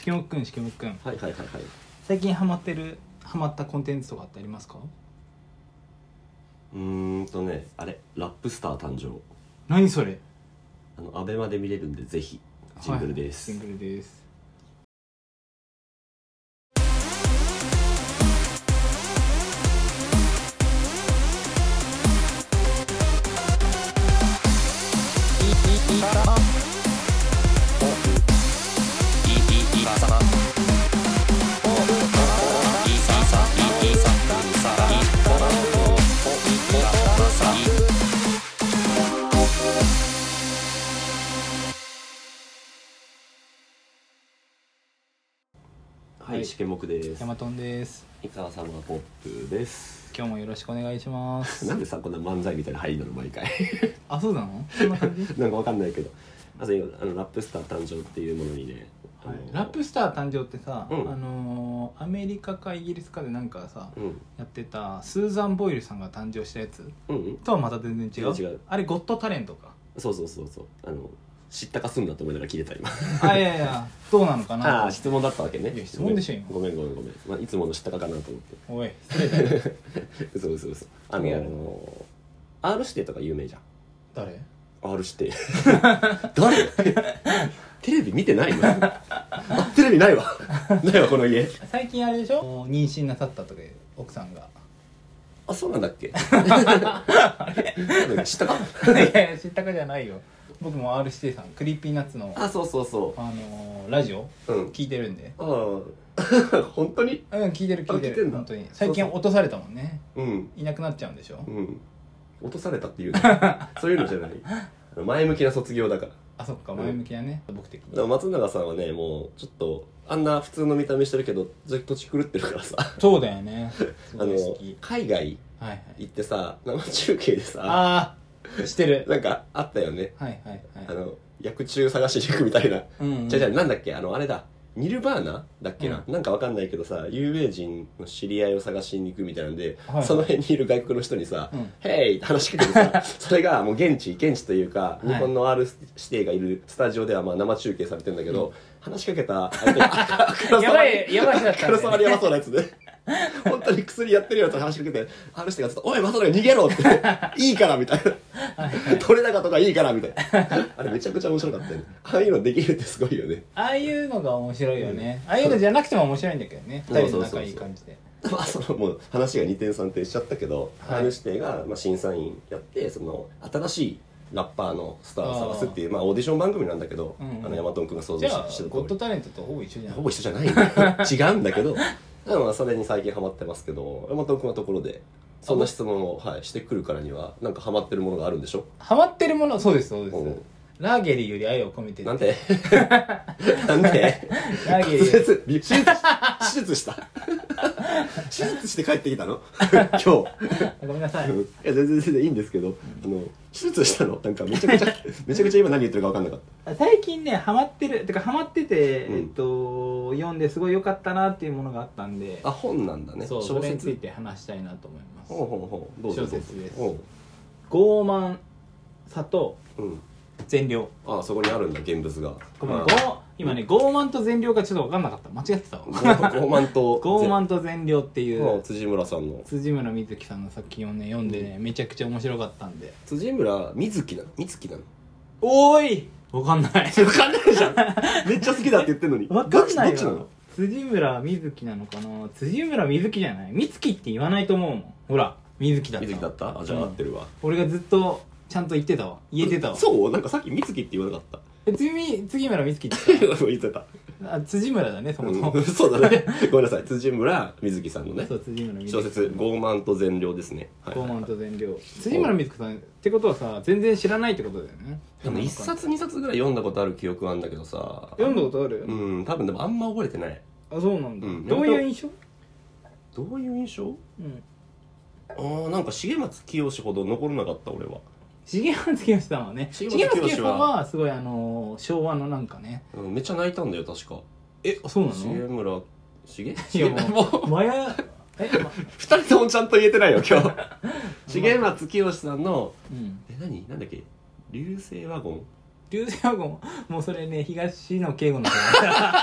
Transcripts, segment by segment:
しけもっくんはいはいはいはい。 最近ハマったコンテンツとかってありますか？ あれラップスター誕生、 何それ？ アベマで見れるんでぜひ。ジングルです、 はい、ジングルです。 はい、しけもくです。 ヤマトンです。 井川様ポップです。 今日もよろしくお願いします。 なんでさこんな漫才みたいな入りなの毎回あ、そうなの？そんな感じ？ なんかわかんないけど、まずラップスター誕生っていうものにね、 はい、ラップスター誕生ってさ、 うんアメリカかイギリスかでなんかさ、 うんやってたスーザン・ボイルさんが誕生したやつうんとはまた全然違う。 違うあれゴッドタレントか。 そう知ったかすんだと思いながら聞いてた今あ、いやいやどうなのかな。 ああ質問だったわけね。 いや質問でしょ今。 ごめん、まあ、いつもの知ったかかなと思っておい失礼だよ嘘R 指定とか有名じゃん。 誰？ R 指定誰テレビ見てないのあ、テレビないわないわこの家。 最近あれでしょ、妊娠なさったとか奥さんが。 あ、そうなんだっけ知ったかいやいや知ったかじゃないよ。僕も R 指定さんクリーピーナッツのあ、そうラジオ、 うん、 聞いてるんで。 ああ本当に？ うん、聞いてる聞いてんだ。 本当に最近落とされたもんね。 うん、 いなくなっちゃうんでしょ。 うん、落とされたっていうのそういうのじゃない前向きな卒業だから。 あ、そっか、前向きなね、僕的に。 でも松永さんはね、もうちょっとあんな普通の見た目してるけどずっと土地狂ってるからさそうだよね。すごい好き。 海外はいはい。 行ってさ生中継でさああしてる。 なんかあったよね。 はいはいはい。 薬中探しに行くみたいな。 うんうん、 じゃなんだっけ、あれだ、ニルバーナだっけな、なんかわかんないけどさ、有名人の知り合いを探しに行くみたいなんで、 はいはい、 その辺にいる外国の人にさ「ヘイ!」って話しかけてさそれがもう現地というか、日本の R 指定がいるスタジオではまあ生中継されてるんだけど、話しかけた相手がやばい人だったんだよね。 からさわりやばそうなやつで本当に薬やってるよと話しかけて、R 指定がずっと「おい松永逃げろ!」って「いいから」みたいな取れ高とかいいからみたいなあれめちゃくちゃ面白かったよね。ああいうのできるってすごいよね。 ああいうのが面白いよね、ああいうのじゃなくても面白いんだけどね、2人の仲いい感じで。 まあもう話が2点3点しちゃったけど、 はい、 R 指定がまあ審査員やって、その新しいラッパーのスターを探すっていうまあオーディション番組なんだけど、ヤマトン君が想像してたじゃあゴッドタレントとほぼ一緒じゃん。 ほぼ一緒じゃないんだ違うんだけどでもそれに最近ハマってますけど、ヤマトン君のところでそんな質問を、はい、してくるからにはなんかハマってるものがあるんでしょ？ ハマってるもの、そうですそうです。ラーゲリより愛を込めて。 なんでなんでラーゲリ手術した手術して帰ってきたの今日ごめんなさい。いや全然いいんですけど、手術したのなんかめちゃくちゃ今何言ってるか分かんなかった。 最近ねハマってるてかハマってて、読んですごい良かったなっていうものがあったんで。 あ、本なんだね。 そう、それについて話したいなと思います。 どうぞ。 小説です。傲慢さと善良。 あ、そこにあるんだ現物が。 今ね、傲慢と善良がちょっと分かんなかった。間違ってたわ。 傲慢と善良っていう辻村さんの辻村瑞希さんの作品をね読んでね、めちゃくちゃ面白かったんで。 辻村瑞希なの？ おーい、分かんない分かんないじゃんめっちゃ好きだって言ってんのに。 分かんないよ。 どっちなの？ 辻村瑞希なのかな。辻村瑞希じゃない、美月って言わないと思うもん。ほら瑞希だった。 あ、じゃあ合ってるわ。 俺がずっとちゃんと言ってたわ。言えてたわ。 そう、なんかさっき美月って言わなかった？ 辻村美月って言ってた。 あ、辻村だね、そもそも。 そうだね。ごめんなさい。辻村瑞希さんのね。 そう、辻村瑞希。 小説傲慢と善良ですね。 傲慢と善良。辻村瑞希さんってことはさ、全然知らないってことだよね。 でも1冊2冊ぐらい読んだことある記憶はあるんだけどさ。 読んだことある？ うん、多分でもあんま覚えてない。 あ、そうなんだ。どういう印象？ なんか重松清ほど残らなかった俺は。 重松清さんはね、重松清さんはすごい昭和のなんかね、 めっちゃ泣いたんだよ確か。 そうなの？ いやもう二人ともちゃんと言えてないよ今日重松清さんのなんだっけ、流星ワゴン。 もうそれね、東野圭吾の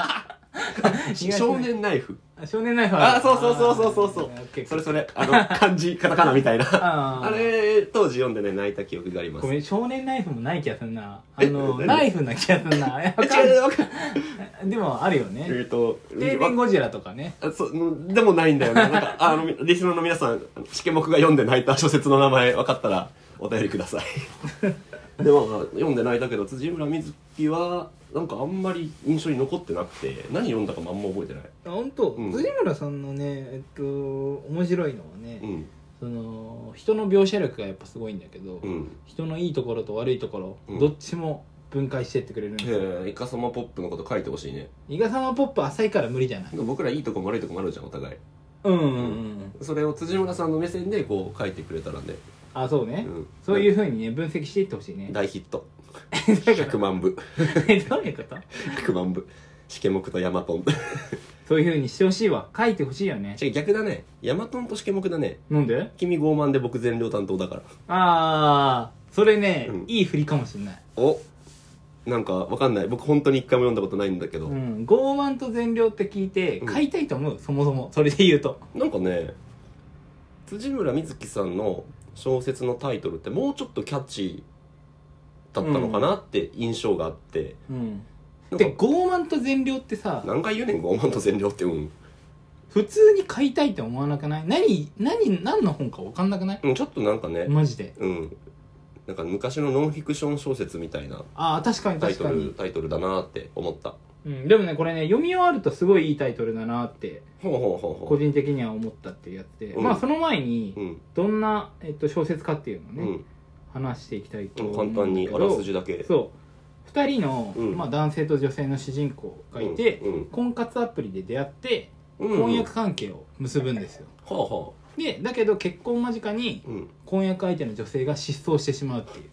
少年ナイフ。 少年ナイフあ、そうそれそれ、漢字カタカナみたいな。 ああれ当時読んでね泣いた記憶があります。 ごめん、少年ナイフもない気がするな。ナイフな気がするな。 違う、わかんでもあるよね。 定年ゴジラとかね。 でもないんだよな。なんかリスナーの皆さん、しけもくが読んで泣いた小説の名前分かったらお便りください。でも読んで泣いたけど、辻村瑞希はなんかあんまり印象に残ってなくて、何読んだかもあんま覚えてない。 本当、辻村さんのね面白いのはね、その人の描写力がやっぱすごいんだけど、人のいいところと悪いところ、どっちも分解してってくれるんですよ。 イカサマポップのこと書いてほしいね。 イカサマポップ浅いから無理じゃない。 僕らいいとこも悪いとこもあるじゃん、お互い。それを辻村さんの目線でこう書いてくれたらね。 あ、そうね、そういう風にね分析していってほしいね。 大ヒット。100万部。 どういうこと ?100 万部。しけもくとヤマトン。 そういう風にしてほしいわ。書いてほしいよね。 逆だね。ヤマトンとしけもくだね。 なんで？ 君傲慢で僕全量担当だから。 それね、いい振りかもしんない。 なんかわかんない。僕本当に一回も読んだことないんだけど。 傲慢と善良って聞いて買いたいと思う、そもそも。それで言うと。 なんかね、辻村瑞希さんの小説のタイトルってもうちょっとキャッチーだったのかなって印象があって。 で、傲慢と善良ってさ、 何回言うねん、傲慢と善良って。 普通に買いたいって思わなくない？何の本か分かんなくない？ ちょっとなんかね、 マジで。 なんか昔のノンフィクション小説みたいな確かに確かにタイトルだなって思った。 でもね、これね、読み終わるとすごいいいタイトルだなって個人的には思ったっていうやつで、まあその前にどんな小説かっていうのをね、話していきたいと思うんだけど、 簡単にあらすじだけ。 そう2人の、まあ、男性と女性の主人公がいて、婚活アプリで出会って婚約関係を結ぶんですよ。でだけど結婚間近に婚約相手の女性が失踪してしまうっていう、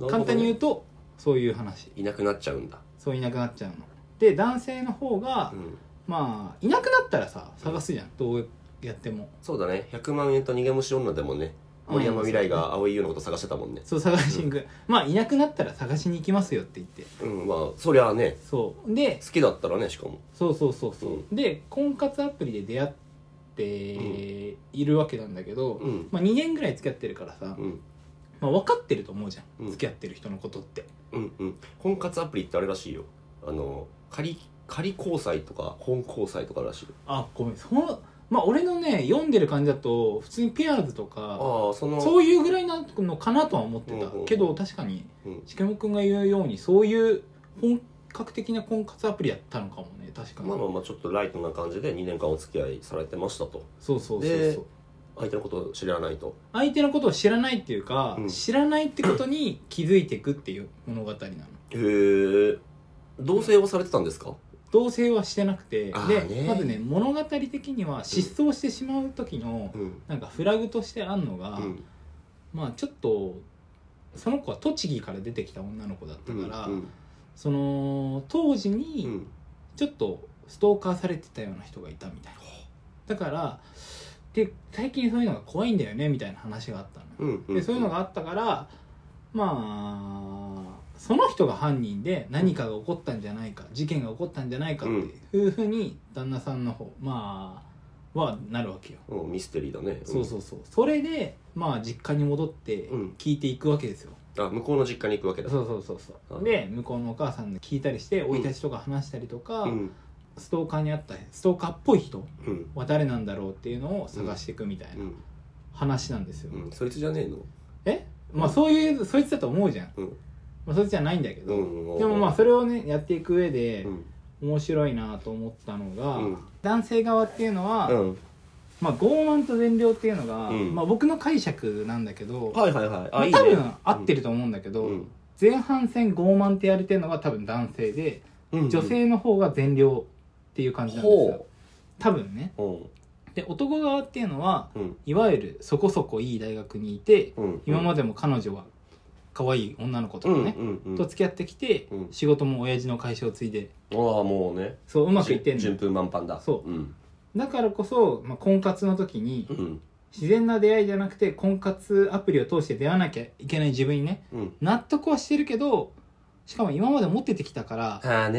簡単に言うとそういう話。 いなくなっちゃうんだ。 そういなくなっちゃうので、男性の方が、まあいなくなったらさ探すじゃん、どうやっても。 そうだね。100万円と逃げ虫女でもね、森山未来が蒼井優のこと探してたもんね。 そう、探しに行く、まあいなくなったら探しに行きますよって言って、 まあそりゃあね、 そうで好きだったらね、しかもそうで婚活アプリで出会っているわけなんだけど、まあ2年ぐらい付き合ってるからさ、まあ分かってると思うじゃん、付き合ってる人のことって。 婚活アプリってあれらしいよ、仮交際とか本交際とからしいよ。 ごめん、まあ俺のね読んでる感じだと普通にペアーズとかそういうぐらいなのかなとは思ってたけど、確かにしけもくんが言うようにそういう本格的な婚活アプリやったのかもね。確かにまあちょっとライトな感じで2年間お付き合いされてましたと。 そう相手のことを知らないと。 相手のことを知らないっていうか、知らないってことに気づいていくっていう物語なの。 へえ。同棲をされてたんですか？ 同棲はしてなくて、でまずね物語的には失踪してしまう時のなんかフラグとしてあんのが、まあちょっとその子は栃木から出てきた女の子だったから、その当時にちょっとストーカーされてたような人がいたみたいな。だからで最近そういうのが怖いんだよねみたいな話があったの。でそういうのがあったから、まあその人が犯人で何かが起こったんじゃないか、事件が起こったんじゃないかっていうふうに旦那さんの方はなるわけよ。 ミステリーだね。 そうそれでまあ実家に戻って聞いていくわけですよ。 向こうの実家に行くわけだ。 そうで向こうのお母さんに聞いたりして生い立ちとか話したりとか、ストーカーにあったストーカーっぽい人は誰なんだろうっていうのを探していくみたいな話なんですよ。 そいつじゃねえの？まあそういうそいつだと思うじゃん。まあそいつじゃないんだけど、でもまあそれをねやっていく上で面白いなと思ったのが、男性側っていうのは、まあ傲慢と善良っていうのが、まあ僕の解釈なんだけど、多分合ってると思うんだけど、前半戦傲慢ってやれてるのが多分男性で、女性の方が善良っていう感じなんですよ、多分ね。で男側っていうのは、いわゆるそこそこいい大学にいて、今までも彼女は可愛い女の子とかね、と付き合ってきて、仕事も親父の会社を継いで、 もうね、 そううまくいってんの。 順風満帆だ。 だからこそ、まあ、婚活の時に、自然な出会いじゃなくて婚活アプリを通して出会わなきゃいけない自分にね、納得はしてるけど、しかも今まで持っててきたから、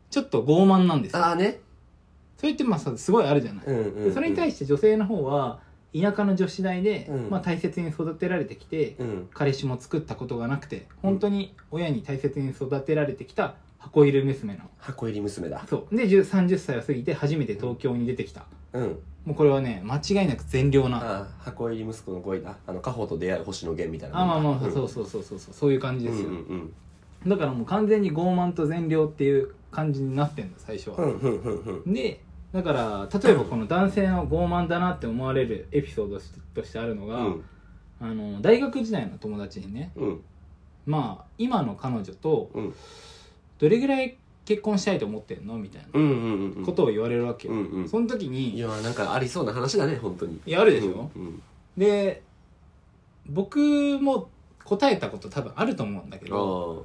ちょっと傲慢なんですよ。 ああね。 それってまあさすごいあるじゃない、それに対して女性の方は田舎の女子大で、まあ、大切に育てられてきて、彼氏も作ったことがなくて本当に親に大切に育てられてきた箱入り娘なの。 箱入り娘だ。 そうで30歳を過ぎて初めて東京に出てきた、もうこれはね間違いなく善良な箱入り息子の恋だ。家宝と出会う星野源みたいな。 まあまあ、そういう感じですよ、だからもう完全に傲慢と善良っていう感じになってんだ最初は、でだから例えばこの男性の傲慢だなって思われるエピソードとしてあるのが、大学時代の友達にね、まあ今の彼女とどれぐらい結婚したいと思ってんのみたいなことを言われるわけよ、その時にいやなんかありそうな話だね本当に。 いやあるでしょ、で僕も答えたこと多分あると思うんだけど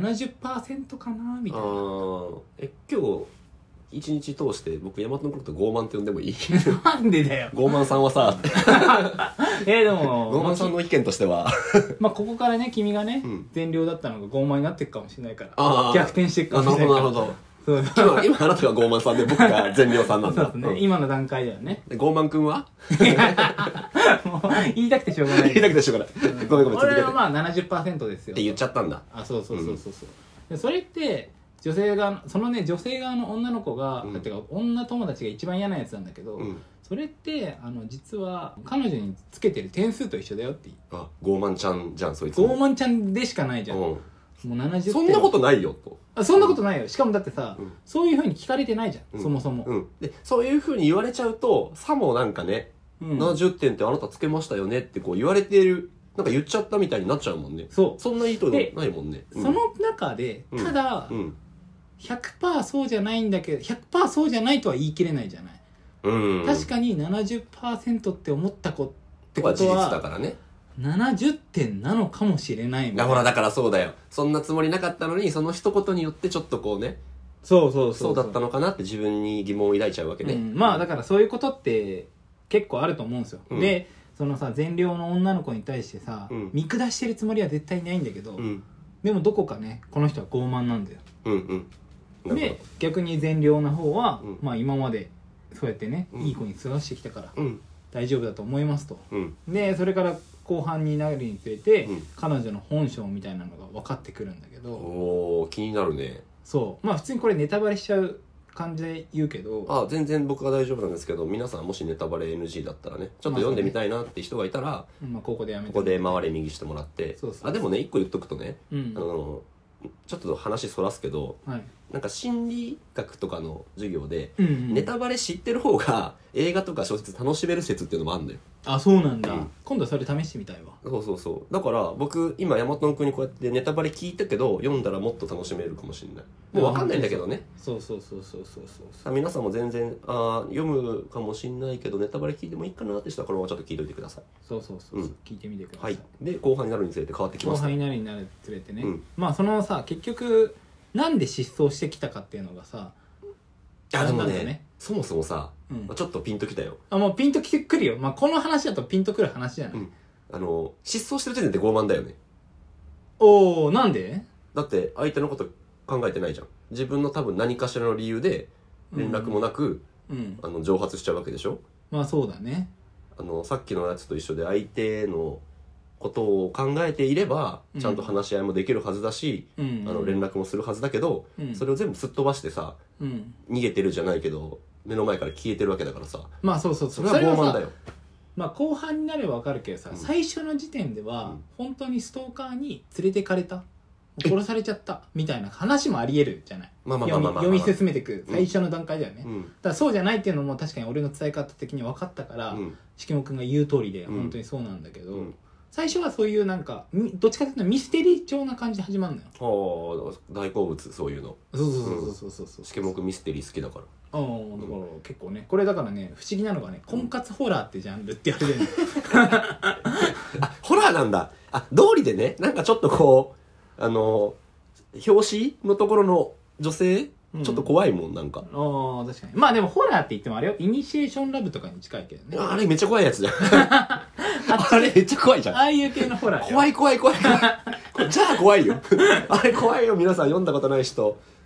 70% かなみたいな。 今日一日通して僕大和のこと傲慢って呼んでもいい？ なんでだよ傲慢さんはさでも傲慢さんの意見としてはまあここからね君がね、善良だったのが傲慢になっていくかもしれないから逆転していくかもしれないから。なるほど今あなたが傲慢さんで僕が善良さんなんだ。 そうですね、今の段階だよね。 傲慢くんはもう言いたくてしょうがない。 言いたくてしょうがない。ごめんごめん。 俺はまあ 70% ですよって言っちゃったんだ。 そうでそれって女性側そのね女性側の女の子が、てか女友達が一番嫌なやつなんだけど、それって実は彼女につけてる点数と一緒だよって傲慢ちゃんじゃんそいつ。 傲慢ちゃんでしかないじゃん、もう70点。 そんなことないよと。 そんなことないよ。しかもだってさ、そういう風に聞かれてないじゃん、そもそも、 でそういう風に言われちゃうとさもなんかね、70点ってあなたつけましたよねってこう言われてる、なんか言っちゃったみたいになっちゃうもんね。そんな意図ないもんね。 その中でただ、100% そうじゃないんだけど 100% そうじゃないとは言い切れないじゃない、確かに 70% って思った子ってことは事実だからね。 70点なのかもしれないもんね。 ほらだからそうだよ。そんなつもりなかったのにその一言によってちょっとこうね、そうだったのかなって自分に疑問を抱いちゃうわけね、 まあだからそういうことって結構あると思うんですよ、でそのさ善良の女の子に対してさ、見下してるつもりは絶対ないんだけど、でもどこかねこの人は傲慢なんだよ、で逆に善良な方は、まあ今までそうやってね、いい子に過ごしてきたから、大丈夫だと思いますと、でそれから後半になるにつれて、彼女の本性みたいなのが分かってくるんだけど、 気になるね。 そうまあ普通にこれネタバレしちゃう感じで言うけど、 全然僕は大丈夫なんですけど、皆さんもしネタバレ NG だったらね、ちょっと読んでみたいなって人がいたら、 ここでやめて、 ここで回れ右してもらって。でもね一個言っとくとね、ちょっと話そらすけど、なんか心理学とかの授業で、ネタバレ知ってる方が映画とか小説楽しめる説っていうのもあるんだよ。 そうなんだ、今度はそれ試してみたいわ。 そうだから僕今山本君にこうやってネタバレ聞いたけど読んだらもっと楽しめるかもしれない。もう分かんないんだけどね。 そう皆さんも全然読むかもしれないけどネタバレ聞いてもいいかなって人はこのままちょっと聞いといてください。 聞いてみてください。 で後半になるにつれて変わってきます。 後半になるにつれてね、まあそのさ結局なんで失踪してきたかっていうのがさ、 でもねそもそもさ、ちょっとピンときたよ。 もうピンときてくるよ。この話だとピンとくる話じゃない、 失踪してる時点で傲慢だよね。 なんで？ だって相手のこと考えてないじゃん。自分の多分何かしらの理由で連絡もなく、蒸発しちゃうわけでしょ。 そうだね。 さっきのやつと一緒で相手のことを考えていればちゃんと話し合いもできるはずだし、連絡もするはずだけど、それを全部すっ飛ばしてさ、逃げてるじゃないけど目の前から消えてるわけだからさ、それは傲慢だよ。 後半になれば分かるけどさ、最初の時点では本当にストーカーに連れてかれた、殺されちゃったみたいな話もありえるじゃない。読み進めていく最初の段階だよね、だからそうじゃないっていうのも確かに俺の伝え方的に分かったから、しきもくんが言う通りで本当にそうなんだけど、最初はそういうなんかどっちかというとミステリー調な感じで始まるのよ。 大好物そういうの。 そうしけもくミステリー好きだから。 だから結構ねこれだからね不思議なのがね、婚活ホラーってジャンルって言われてるのホラーなんだ。道理でねなんかちょっとこう表紙のところの女性ちょっと怖いもんなんか。 確かに。でもホラーって言ってもあれよ、イニシエーションラブとかに近いけどね。 あれめっちゃ怖いやつじゃんあれめっちゃ怖いじゃん。 ああいう系のホラー。 怖いじゃあ怖いよあれ怖いよ。皆さん読んだことない人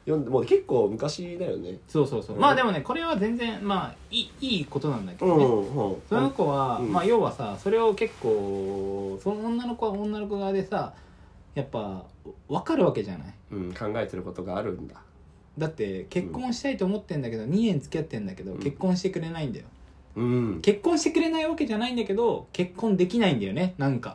もう結構昔だよね。 そうそうそう、まあでもねこれは全然まあいいことなんだけどね、その子は、まあ要はさそれを結構その女の子は女の子側でさやっぱ分かるわけじゃない、 考えてることがあるんだ。 だって結婚したいと思ってんだけど、2年付き合ってんだけど、結婚してくれないんだよ、結婚してくれないわけじゃないんだけど結婚できないんだよね、なんか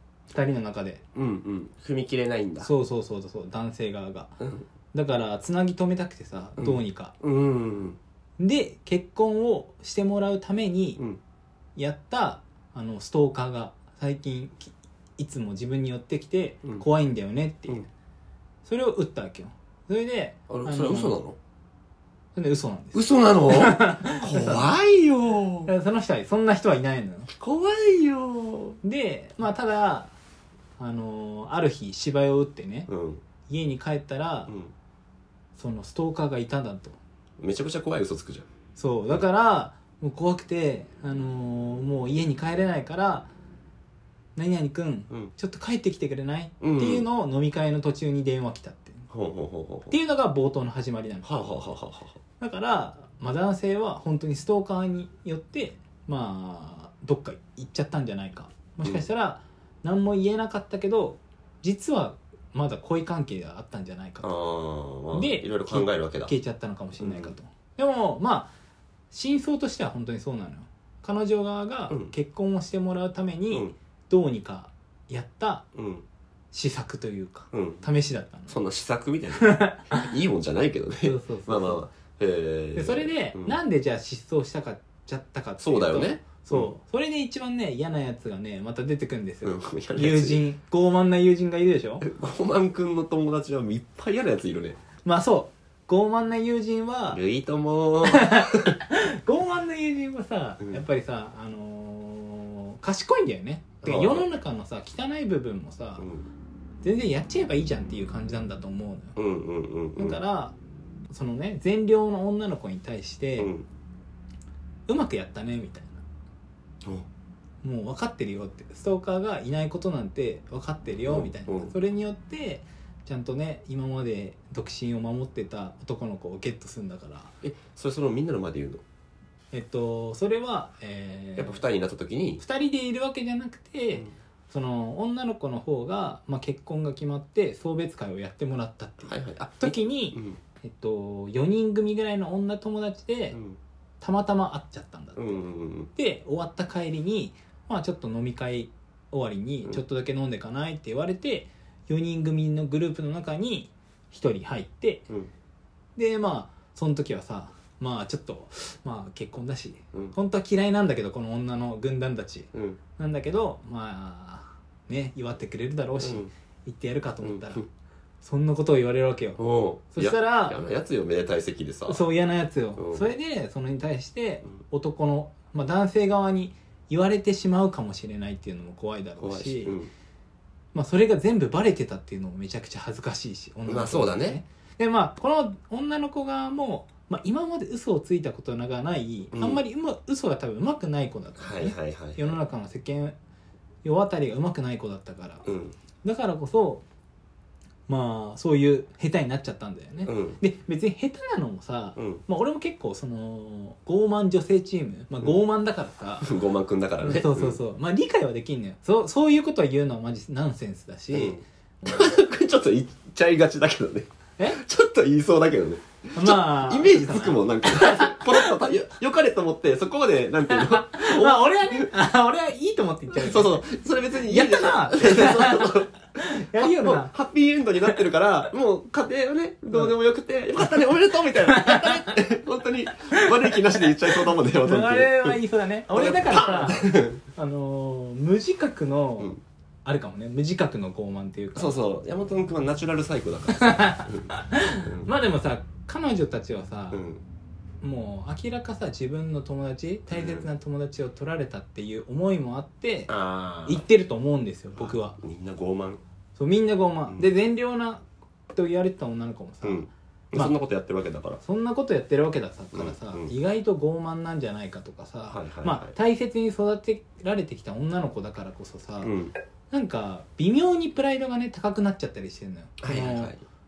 2人の中で踏み切れないんだ。 そう男性側が、だからつなぎ止めたくてさどうにか、で結婚をしてもらうためにやったストーカーが最近いつも自分に寄ってきて怖いんだよねっていう、それを打ったわけよ。それでそれは嘘なの？ それ嘘なんです。 嘘なの？怖いよ。 その人はそんな人はいないのよ。 怖いよ。 でまあただある日芝居を打ってね、家に帰ったら、そのストーカーがいたんだと。 めちゃくちゃ怖い嘘つくじゃん。 そうだからもう怖くて、もう家に帰れないから何々くん、ちょっと帰ってきてくれない、っていうのを飲み会の途中に電話来たって、っていうのが冒頭の始まりなの。だから、まあ、男性は本当にストーカーによってまあどっか行っちゃったんじゃないか、もしかしたら何も言えなかったけど実はまだ恋関係があったんじゃないかと、でいろいろ考えるわけだ。 消えちゃったのかもしれないかと、でもまあ真相としては本当にそうなのよ。彼女側が結婚をしてもらうためにどうにかやった施策というか、試しだったの。 そんな施策みたいないいもんじゃないけどね。まあまあまあ、 でそれで、なんでじゃあ失踪したかちゃったかっていうと、 そうだよね。 それで一番ね嫌なやつがねまた出てくるんですよ、友人、傲慢な友人がいるでしょ。 傲慢くんの友達はいっぱい嫌なやついるね。 まあそう傲慢な友人はルイとも傲慢な友人はさ、やっぱりさ賢いんだよね。てか世の中のさ汚い部分もさ、全然やっちゃえばいいじゃんっていう感じなんだと思うのよ。だからそのね善良の女の子に対して、うまくやったねみたいな、もう分かってるよって、ストーカーがいないことなんて分かってるよみたいな、それによってちゃんとね今まで独身を守ってた男の子をゲットするんだから。 そのみんなの前で言うの？それは、 やっぱ2人になった時に 2人でいるわけじゃなくて、その女の子の方が、まあ、結婚が決まって送別会をやってもらったっていう時に、4人組ぐらいの女友達で、たまたま会っちゃったんだって、で終わった帰りに、まあ、ちょっと飲み会終わりにちょっとだけ飲んでかないって言われて、4人組のグループの中に1人入って、でまあその時はさ、まあちょっとまあ結婚だし、本当は嫌いなんだけどこの女の軍団たち、なんだけどまあね祝ってくれるだろうし、言ってやるかと思ったら、そんなことを言われるわけよ。そしたら嫌なやつよ、めでたい席でさ。 そう嫌なやつよ、それでそれに対して男の、まあ、男性側に言われてしまうかもしれないっていうのも怖いだろうし、まあ、それが全部バレてたっていうのもめちゃくちゃ恥ずかしいし、 まあそうだね。 でまあこの女の子側も、まあ、今まで嘘をついたことがない、あんまり嘘が多分うまくない子だったね、世の中の世間世渡りがうまくない子だったから、だからこそまあそういう下手になっちゃったんだよね、で別に下手なのもさ、まあ、俺も結構その傲慢女性チーム、まあ、傲慢だからさ、 傲慢くんだからね、 まあ理解はできんのよ。そういうことを言うのはマジナンセンスだし、 ちょっと言っちゃいがちだけどね。ちょっと言いそうだけどね。まあイメージつくもん、なんかポロッとよかれと思ってそこまでなんていうのまあ俺はね俺はいいと思って言っちゃう。 そうそれ別にやったなやるよな。 ハッピーエンドになってるからもう家庭はねどうでもよくて、よかったねおめでとうみたいな、やったねって本当に悪い気なしで言っちゃいそうだもんね。 あれは言いそうだね。俺だからさ無自覚のあるかもね、無自覚の傲慢っていうか。 そう山本君はナチュラルサイコだからさまあでもさ彼女たちはさ、もう明らかさ自分の友達、大切な友達を取られたっていう思いもあって言ってると思うんですよ、僕は。 みんな傲慢。 そうみんな傲慢、で善良なと言われてた女の子もさ、 まあ、そんなことやってるわけだから、 そんなことやってるわけだからさ、意外と傲慢なんじゃないかとかさ、まあ大切に育てられてきた女の子だからこそさ、なんか微妙にプライドがね高くなっちゃったりしてるのよ。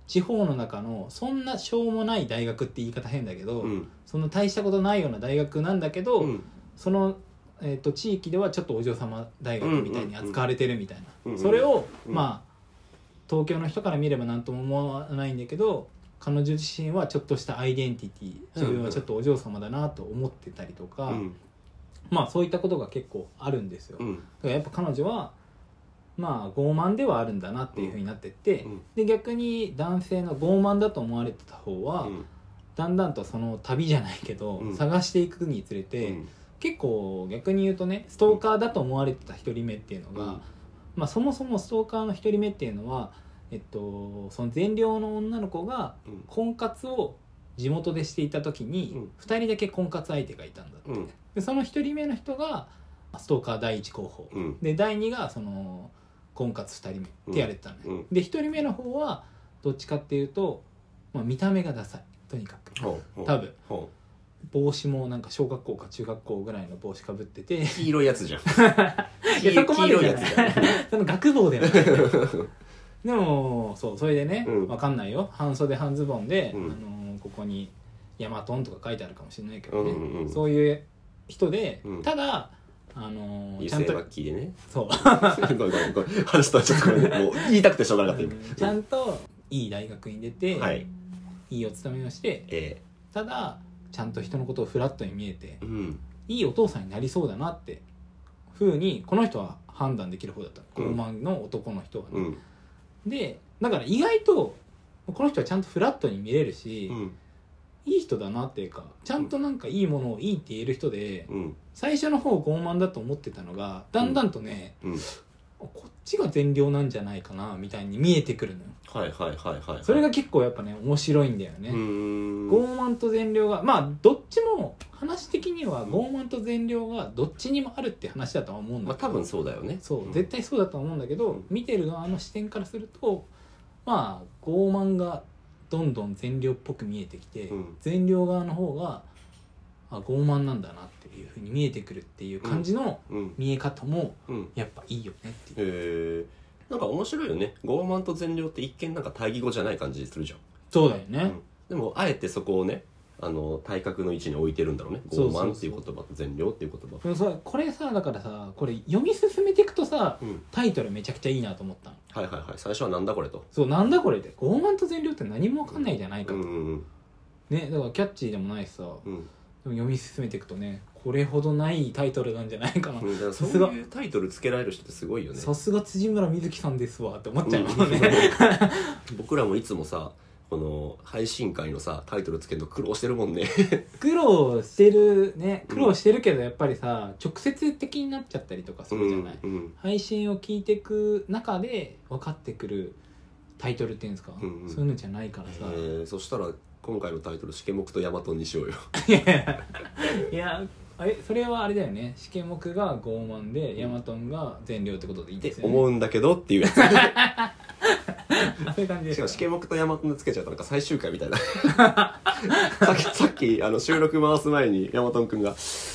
地方の中のそんなしょうもない大学って言い方変だけど、 うんその大したことないような大学なんだけど、 うんその、地域ではちょっとお嬢様大学みたいに扱われてるみたいな、 うんうんうんそれを、 うんまあ東京の人から見れば何とも思わないんだけど、彼女自身はちょっとしたアイデンティティ、自分はちょっとお嬢様だなと思ってたりとか、 うんまあそういったことが結構あるんですよ、 うんだからやっぱ彼女はまあ傲慢ではあるんだなっていうふうになってって、 うんで逆に男性の傲慢だと思われてた方は、 うんだんだんとその旅じゃないけど、 うん探していくにつれて、 うん結構逆に言うとねストーカーだと思われてた一人目っていうのが、 うんまあ、そもそもストーカーの一人目っていうのは、その善良の女の子がうん婚活を地元でしていた時にうん 2人だけ婚活相手がいたんだって、 うんでその一人目の人がストーカー第一候補、 うんで第2がその婚活2人目ってやれてたのよ、 うんで1人目の方はどっちかっていうと、まあ、見た目がダサいとにかくほうほう多分ほ帽子もなんか小学校か中学校ぐらいの帽子かぶっててう黄色いやつじゃんいやそこまでじゃ黄色いやつじゃないその学童ではないでもそうそれでね、 うんわかんないよ半袖半ズボンで、 うんここにヤマトンとか書いてあるかもしれないけどね、 うんうんうんそういう人で、 うんただちゃんと優勢楽器でねそうごめん話とはちょっとごめんねもう言いたくてしょうがなかった今ちゃんといい大学に出て、 はいいいお勤めをしてただちゃんと人のことをフラットに見えてうんいいお父さんになりそうだなってふうにこの人は判断できる方だったうん傲慢の男の人はね、 うんでだから意外とこの人はちゃんとフラットに見れるし、 うんいい人だなっていうかちゃんとなんかいいものをいいって言える人で、 うん最初の方傲慢だと思ってたのがだんだんとね、 うんこっちが善良なんじゃないかなみたいに見えてくるのよ。 はいはいはいはいそれが結構やっぱね面白いんだよね。 うーん傲慢と善良がまあどっちも話的には傲慢と善良がどっちにもあるって話だとは思うんだけど、 まあ多分そうだよねそう絶対そうだとは思うんだけど、 うん見てる側の視点からするとまあ傲慢がどんどん善良っぽく見えてきて、 うん善良側の方が傲慢なんだなっていう風に見えてくるっていう感じのうん見え方もうんやっぱいいよねっていう。 へえなんか面白いよね傲慢と善良って一見なんか対義語じゃない感じするじゃんそうだよね、 でもあえてそこをね対角の位置に置いてるんだろうねそうそうそう傲慢っていう言葉と善良っていう言葉でもさこれさだからさこれ読み進めていくとさうんタイトルめちゃくちゃいいなと思ったの。 はいはいはい最初はなんだこれとそうなんだこれって傲慢と善良って何も分かんないじゃないかと、 うんうんねだからキャッチーでもないしさ、 うんでも読み進めていくとねこれほどないタイトルなんじゃないかな、 うんだからそうさすがいうタイトルつけられる人ってすごいよねさすが辻村瑞希さんですわって思っちゃうもんね、 僕らもいつもさこの配信会のさタイトルつけるの苦労してるもんね苦労してるね苦労してるけどやっぱりさ直接的になっちゃったりとかするじゃない、 うん配信を聞いていく中で分かってくるタイトルっていうんですか、 うんうんそういうのじゃないからさ、 そしたら今回のタイトル「しけもくとヤマトン」にしようよいやそれはあれだよねしけもくが傲慢でヤマトンが善良ってことでいいってですよね思うんだけどっていうやつあそういう感じですかしかもしけもくとヤマトンでつけちゃうとなんか最終回みたいなさっき収録回す前にヤマトンくんが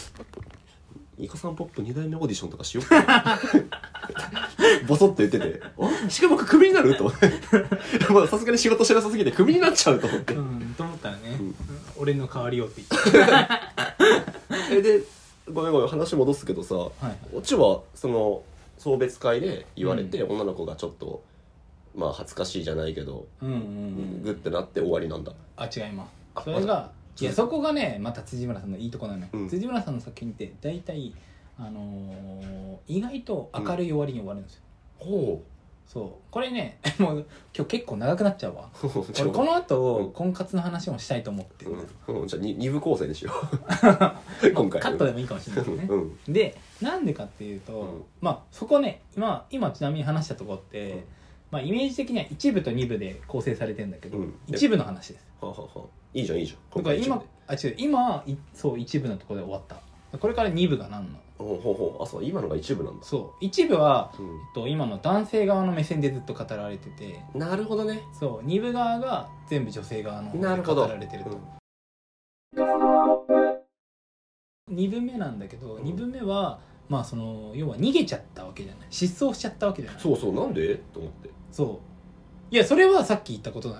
「イカさんポップ2代目オーディションとかしようかな」ボソッと言ってて「あしけもくクビになる?」と思ってまださすがに仕事しなさすぎてクビになっちゃうと思ってうんと思ったらね、 うん俺の代わりをって言ってでごめん話戻すけどさ、 はいこっちはその送別会で言われて、女の子がちょっとまあ恥ずかしいじゃないけど、 うんうんうんグッてなって終わりなんだあ違いますあそれがいやそこがねまた辻村さんのいいとこなのよ、 うん辻村さんの作品って大体意外と明るい終わりに終わるんですよ、 ほそうこれねもう今日結構長くなっちゃうわう俺この後、 うん婚活の話もしたいと思ってるんだよ、 じゃあ2部構成にしよう今回カットでもいいかもしれないですね、 うんでなんでかっていうと、 うんまあそこね今ちなみに話したところって、 うんまあ、イメージ的には1部と2部で構成されてるんだけど、 うん一部の話ですはははいいじゃんいいじゃんだから今一部でそう一部のところで終わったこれから2部がなんのほうほうほうあそう今のが一部なんだそう一部は、 う今の男性側の目線でずっと語られててんなるほどねそう2部側が全部女性側の方でなるほど語られてると、2部目なんだけど、 うん 2部目はまあその要は逃げちゃったわけじゃない失踪しちゃったわけじゃないそうそうなんでと思ってそういやそれはさっき言ったことなのよ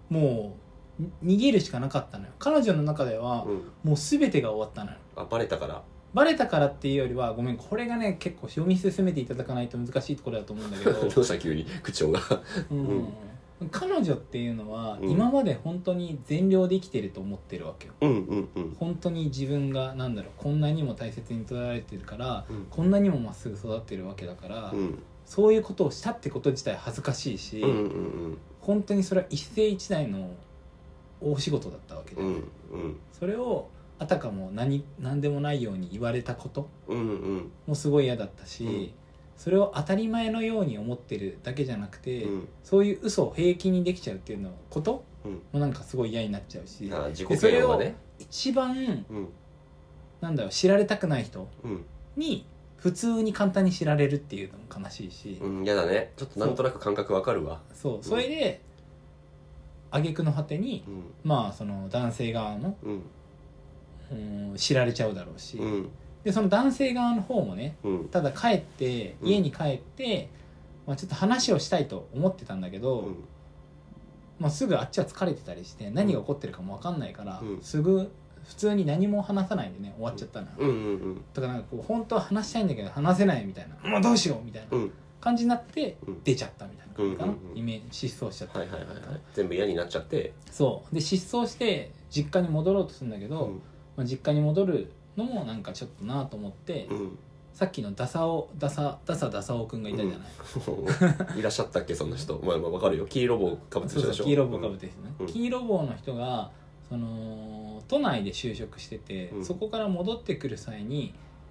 もう逃げるしかなかったのよ。彼女の中では、もう全てが終わったのよ。 あ、バレたから。 バレたからっていうよりは、ごめん、これがね結構読み進めていただかないと難しいところだと思うんだけどどうした急に口調が彼女っていうのは、今まで本当に善良で生きてると思ってるわけよ、本当に自分がこんなにも大切に捉えられてるから、こんなにもまっすぐ育ってるわけだから、そういうことをしたってこと自体恥ずかしいし、本当にそれは一世一代の大仕事だったわけで、それをあたかも何でもないように言われたこともすごい嫌だったし、それを当たり前のように思ってるだけじゃなくて、そういう嘘を平気にできちゃうっていうのこともなんかすごい嫌になっちゃうし、でそれを一番知られたくない人に普通に簡単に知られるっていうのも悲しいし、 嫌だね。ちょっとなんとなく感覚わかるわ。 そう、それで挙句の果てに、まあその男性側も知られちゃうだろうし、でその男性側の方もね、ただ家に帰って、ちょっと話をしたいと思ってたんだけど、すぐあっちは疲れてたりして何が起こってるかも分かんないから、すぐ普通に何も話さないでね終わっちゃったのよ、だから本当は話したいんだけど話せないみたいな、もうどうしようみたいな感じになって出ちゃったみたいな感じかな、失踪しちゃった、 全部嫌になっちゃって、 そうで失踪して実家に戻ろうとするんだけど、実家に戻るのもなんかちょっとなと思って、さっきのダサオくんがいたじゃない、 いらっしゃったっけそんな人。分かるよ、黄色帽かぶってる人でしょ。 黄色帽かぶってる人ね、黄色帽の人がその都内で就職してて、そこから戻ってくる際に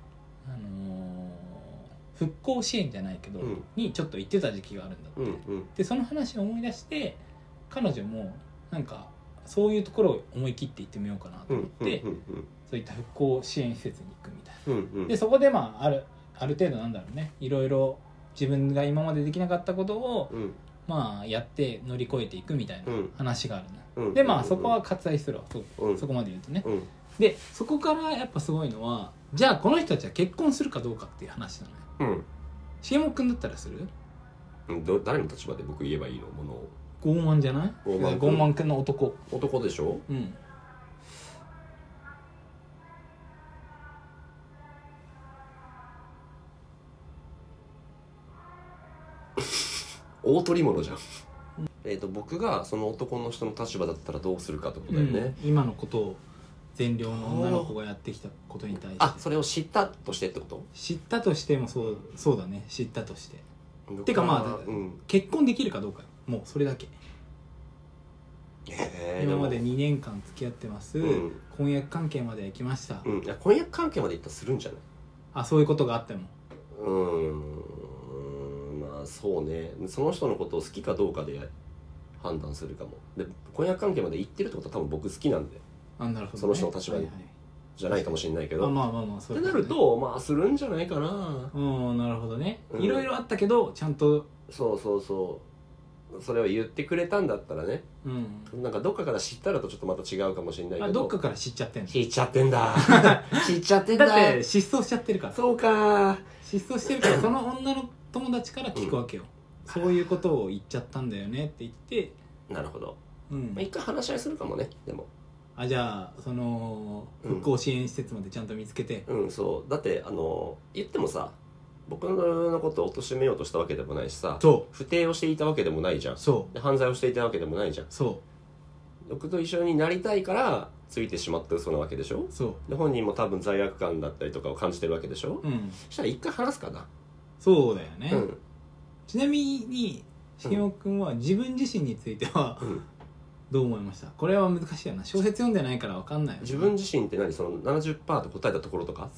復興支援じゃないけど、にちょっと行ってた時期があるんだって、でその話を思い出して彼女もなんかそういうところを思い切って行ってみようかなと思って、そういった復興支援施設に行くみたいな、でそこである程度いろいろ自分が今までできなかったことを、やって乗り越えていくみたいな話があるの、でそこは割愛するわ、そこまで言うとね、でそこからやっぱすごいのは、じゃあこの人たちは結婚するかどうかっていう話なのよ。重本君だったらする？ 誰の立場で僕言えばいいの？ものを傲慢じゃない？傲慢君の男でしょ。大取り物じゃん。僕がその男の人の立場だったらどうするかってことだよね、 今のことを善良の女の子がやってきたことに対して、 それを知ったとしてってこと？ 知ったとしてもそうだね、知ったとしててか結婚できるかどうかよ、もうそれだけ。今まで2年間付き合ってます、婚約関係まで行きました、 婚約関係まで行ったらするんじゃない？ そういうことがあってもそうね、その人のことを好きかどうかで判断するかも。で婚約関係まで行ってるってことは多分僕好きなんで、 なるほどね、 その人の立場に、じゃないかもしれないけど、 そうってなるとするんじゃないかな。 なるほどね、いろいろあったけどちゃんとそうそれを言ってくれたんだったらね、なんかどっかから知ったらとちょっとまた違うかもしれないけど、 どっかから知っちゃってんだ知っちゃってんだだって失踪しちゃってるから。 そうか、 失踪してるからその女の友達から聞くわけよ、そういうことを言っちゃったんだよねって言って。 なるほど、一回話し合いするかもね。でもじゃあその復興支援施設までちゃんと見つけて、 そうだって言ってもさ、僕のことを貶めようとしたわけでもないしさ、不貞をしていたわけでもないじゃん。で犯罪をしていたわけでもないじゃん。僕と一緒になりたいからついてしまった嘘なわけでしょ。で本人も多分罪悪感だったりとかを感じてるわけでしょ。そしたら一回話すかな。 そうだよね、ちなみに重本君は自分自身については、どう思いました？これは難しいよな、小説読んでないから分かんないよな。 自分自身って何？その 70% と答えたところとか？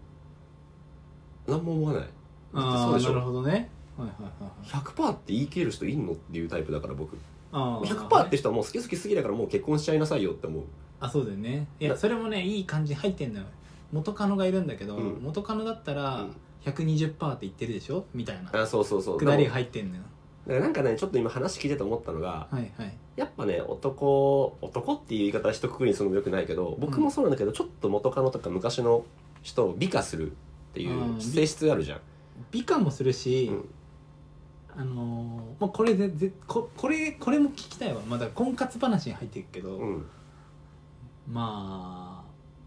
何も思わない。 そうでしょ。なるほどね。 100% って言い切る人いんのっていうタイプだから僕。100% って人はもう好きすぎだからもう結婚しちゃいなさいよって思う。 そうだよね。いやそれもねいい感じに入ってんのよ。元カノがいるんだけど、元カノだったら 120% って言ってるでしょみたいな。 そうくだりが入ってんのよ。 だからなんかねちょっと今話聞いてて思ったのが、やっぱね男っていう言い方は一括りにするのもよくないけど、僕もそうなんだけど、ちょっと元カノとか昔の人を美化するっていう性質があるじゃん。 美化もするし、 まあ、これも聞きたいわ。まだ婚活話に入ってるけど、まあ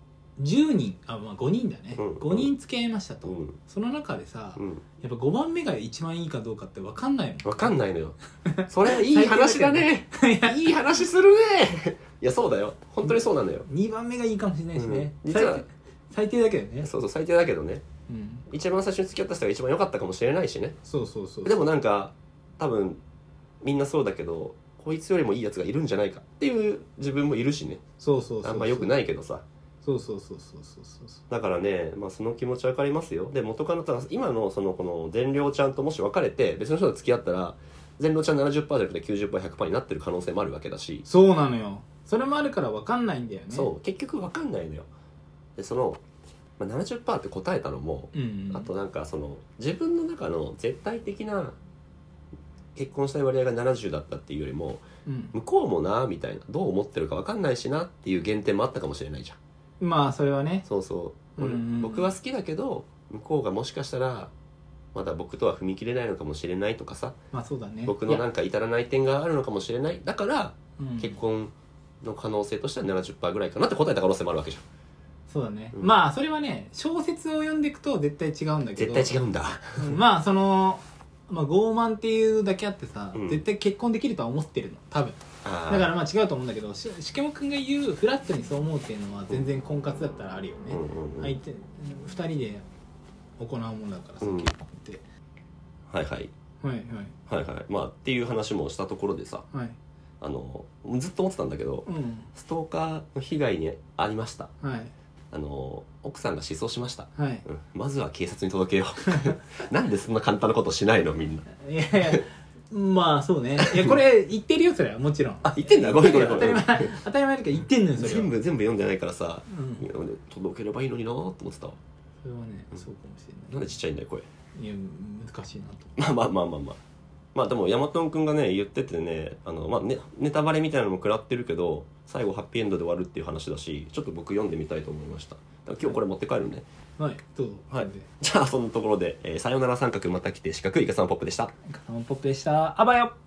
10人まあ5人だね、5人付き合いましたと、その中でさ、やっぱ5番目が一番いいかどうかって分かんないもん。 分かんないのよそれいい話だねいい話するねいやそうだよ、本当にそうなのよ。 2番目がいいかもしれないしね、 実は最低だけどね。 そう最低だけどね、一番最初に付き合った人が一番良かったかもしれないしね。 そうでもなんか多分みんなそうだけど、こいつよりもいいやつがいるんじゃないかっていう自分もいるしね。あんま良くないけどさ。 そうだからね、まあその気持ち分かりますよ。で元カノと今のこの善良ちゃんともし別れて別の人と付き合ったら、善良ちゃん 70% じゃなくて 90%100% になってる可能性もあるわけだし。 そうなのよ。それもあるから分かんないんだよね。 そう結局分かんないのよ。でまあ、70% って答えたのも、あとなんか自分の中の絶対的な結婚したい割合が70だったっていうよりも、向こうもなみたいな、どう思ってるか分かんないしなっていう減点もあったかもしれないじゃん。 まあそれはね。 僕は好きだけど向こうがもしかしたらまだ僕とは踏み切れないのかもしれないとかさ、 まあそうだね、 僕のなんか至らない点があるのかもしれない、だから、結婚の可能性としては 70% ぐらいかなって答えた可能性もあるわけじゃん。 そうだね、まあそれはね小説を読んでいくと絶対違うんだけど。 絶対違うんだまあまあ、傲慢っていうだけあってさ、絶対結婚できるとは思ってるの多分。だからまあ違うと思うんだけど、しけもくんが言うフラットにそう思うっていうのは全然婚活だったらあるよね。相手2人で行うものだからさ、結婚ってはいまあっていう話もしたところでさ、ずっと思ってたんだけど、ストーカーの被害に遭いました、奥さんが失踪しました、まずは警察に届けようなんでそんな簡単なことしないのみんな。 いやまあそうね。いやこれ言ってるよそれはもちろん。 言ってんだ。ごめん当たり前だけど言ってんのよそれは。 全部読んでないからさ、届ければいいのになーって思ってたわ。 それはね、そうかもしれない。 なんでちっちゃいんだよ声。 いや難しいなと。 まあでもヤマトンくんがね言っててね、ネタバレみたいなのも食らってるけど最後ハッピーエンドで終わるっていう話だし、ちょっと僕読んでみたいと思いました。今日これ持って帰るね。 どうぞ。 じゃあそのところで、さよなら三角また来て四角いかさまポップでした。 いかさまポップでした。あばよ。